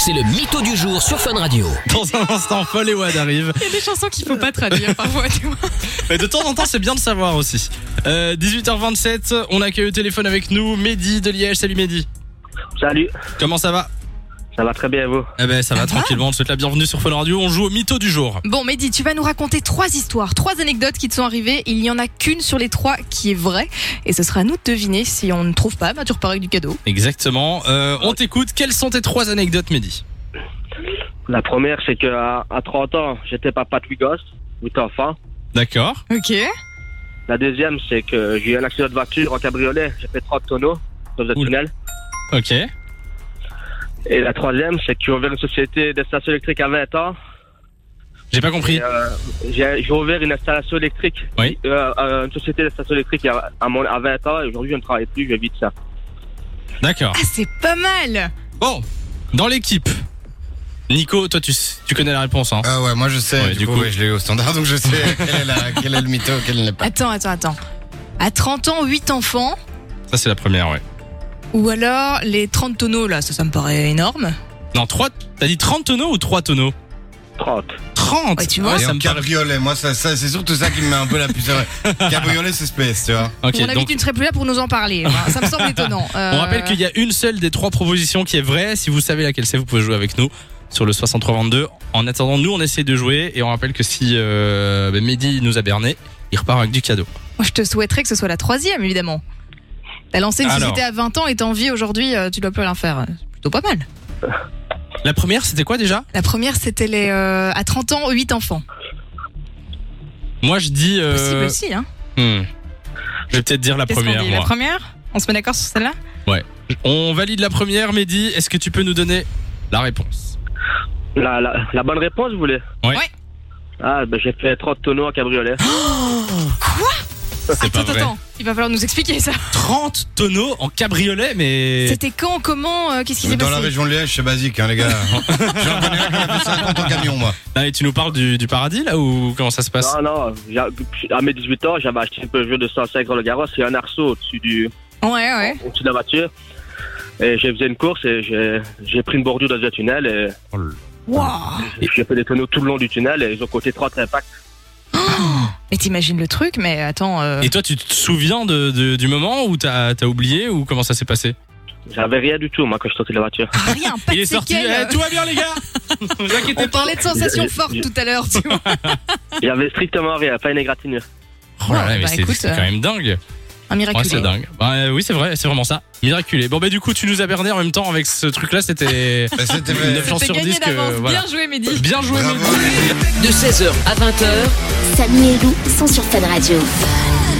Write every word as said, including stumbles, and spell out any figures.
c'est le mytho du jour sur Fun Radio. Dans un instant, Folle et Wad arrive. Il y a des chansons qu'il faut pas traduire parfois, tu vois. Mais de temps en temps, c'est bien de savoir aussi. Euh, dix-huit heures vingt-sept, on accueille au téléphone avec nous Mehdi de Liège. Salut Mehdi. Salut, Comment ça va? ça va très bien et vous? Eh ben ça va Ça va tranquillement, on te souhaite la bienvenue sur Fun Radio. On joue au mytho du jour. Bon, Mehdi, tu vas nous raconter trois histoires, trois anecdotes qui te sont arrivées. Il n'y en a qu'une sur les trois qui est vraie. Et ce sera à nous de deviner. Si on ne trouve pas, bah, tu repars avec du cadeau. Exactement. Euh, on t'écoute. Quelles sont tes trois anecdotes, Mehdi? La première, c'est qu'à à trente ans, j'étais papa de huit gosses, huit enfants. D'accord. Ok. La deuxième, c'est que j'ai eu un accident de voiture en cabriolet, j'ai fait trente tonneaux dans le Oula. tunnel. Ok. Et la troisième, c'est que j'ai ouvert une société d'installation électrique à vingt ans. J'ai pas compris. Et, euh, j'ai, j'ai ouvert une installation électrique, Oui. euh, euh, une société d'installation électrique à, à, mon, à vingt ans. Et aujourd'hui, je ne travaille plus, je vis de ça. D'accord. Ah, c'est pas mal. Bon, dans l'équipe. Nico, toi tu, tu connais la réponse, hein? Ah ouais, moi je sais, Ouais, du, du coup, coup. ouais, je l'ai eu au standard, donc je sais quel est, la, quel est le mytho, quel n'est pas. Attends, attends, attends. À trente ans, huit enfants. Ça c'est la première, ouais. Ou alors les trente tonneaux, là, ça, ça me paraît énorme. Non, trois. T'as dit trente tonneaux ou trois tonneaux? trente. trente. Ouais, tu vois. Et ça en me paraît. cabriolet, moi ça, ça, c'est surtout ça qui me met un peu la puce. Cabriolet c'est space, tu vois. Ok, À mon avis, donc tu ne serais plus là pour nous en parler. Enfin, ça me semble étonnant. Euh, on rappelle qu'il y a une seule des trois propositions qui est vraie. Si vous savez laquelle c'est, vous pouvez jouer avec nous sur le soixante-trois vingt-deux. En attendant, nous on essaie de jouer et on rappelle que si euh, bah, Mehdi nous a berné, il repart avec du cadeau. Moi, je te souhaiterais que ce soit la troisième, évidemment. T'as lancé une Alors. société à vingt ans et t'es en vie aujourd'hui, euh, tu dois plus rien faire. C'est plutôt pas mal. La première, c'était quoi déjà? La première, c'était les euh, à trente ans, huit enfants. Moi je dis. euh, Possible aussi, hein. hmm. Je vais peut-être dire la Qu'est-ce qu'on première. dit, Moi. la première? On se met d'accord sur celle-là? On valide la première, Mehdi. Est-ce que tu peux nous donner la réponse? La, la, la bonne réponse, vous voulez? Ouais. Ouais. Ah, ben j'ai fait trente tonneaux en cabriolet. C'est Attends, pas attends, vrai. attends. Il va falloir nous expliquer ça. trente tonneaux en cabriolet, mais. C'était quand, comment, euh, qu'est-ce qui s'est Dans passé? la région de Liège, c'est basique, hein, les gars. J'en connais un qui a fait cinquante en camion, moi. Ah, et tu nous parles du, du paradis là ou comment ça se passe? Non, non, j'ai- à mes dix-huit ans, j'avais acheté une Peugeot deux cent cinq dans le garage, il y a un arceau au-dessus, du, Ouais, ouais. au-dessus de la voiture. Et j'ai fait une course et j'ai, j'ai pris une bordure dans un tunnel et Wow. j'ai fait des tonneaux tout le long du tunnel et ils ont coté trente impacts. Mais t'imagines le truc, mais attends. Euh... Et toi, tu te souviens de, de- du moment où t'as as oublié ou comment ça s'est passé? J'avais rien du tout, moi, quand je sortais de la voiture. Rien, pas Il de est sorti. séquelles. Eh, tout va bien, les gars. Vous inquiétez On pas. parlait de sensations Je- fortes je- tout à l'heure, tu vois. J'avais strictement rien, pas une égratignure. Oh là là, mais Bah, c'est écoute, c'est quand même dingue. Un Ouais, miraculé. c'est dingue. Bah, euh, oui, c'est vrai, c'est vraiment ça. Miraculé. Bon, bah, du coup, tu nous as berné en même temps avec ce truc-là. C'était Bah, c'était neuf chances C'était sur gagné dix que. d'avance. Voilà. Bien joué, Mehdi. Bien joué, Bravo, Mehdi. les De seize heures à vingt heures, Samy et Lou sont sur Fun Radio.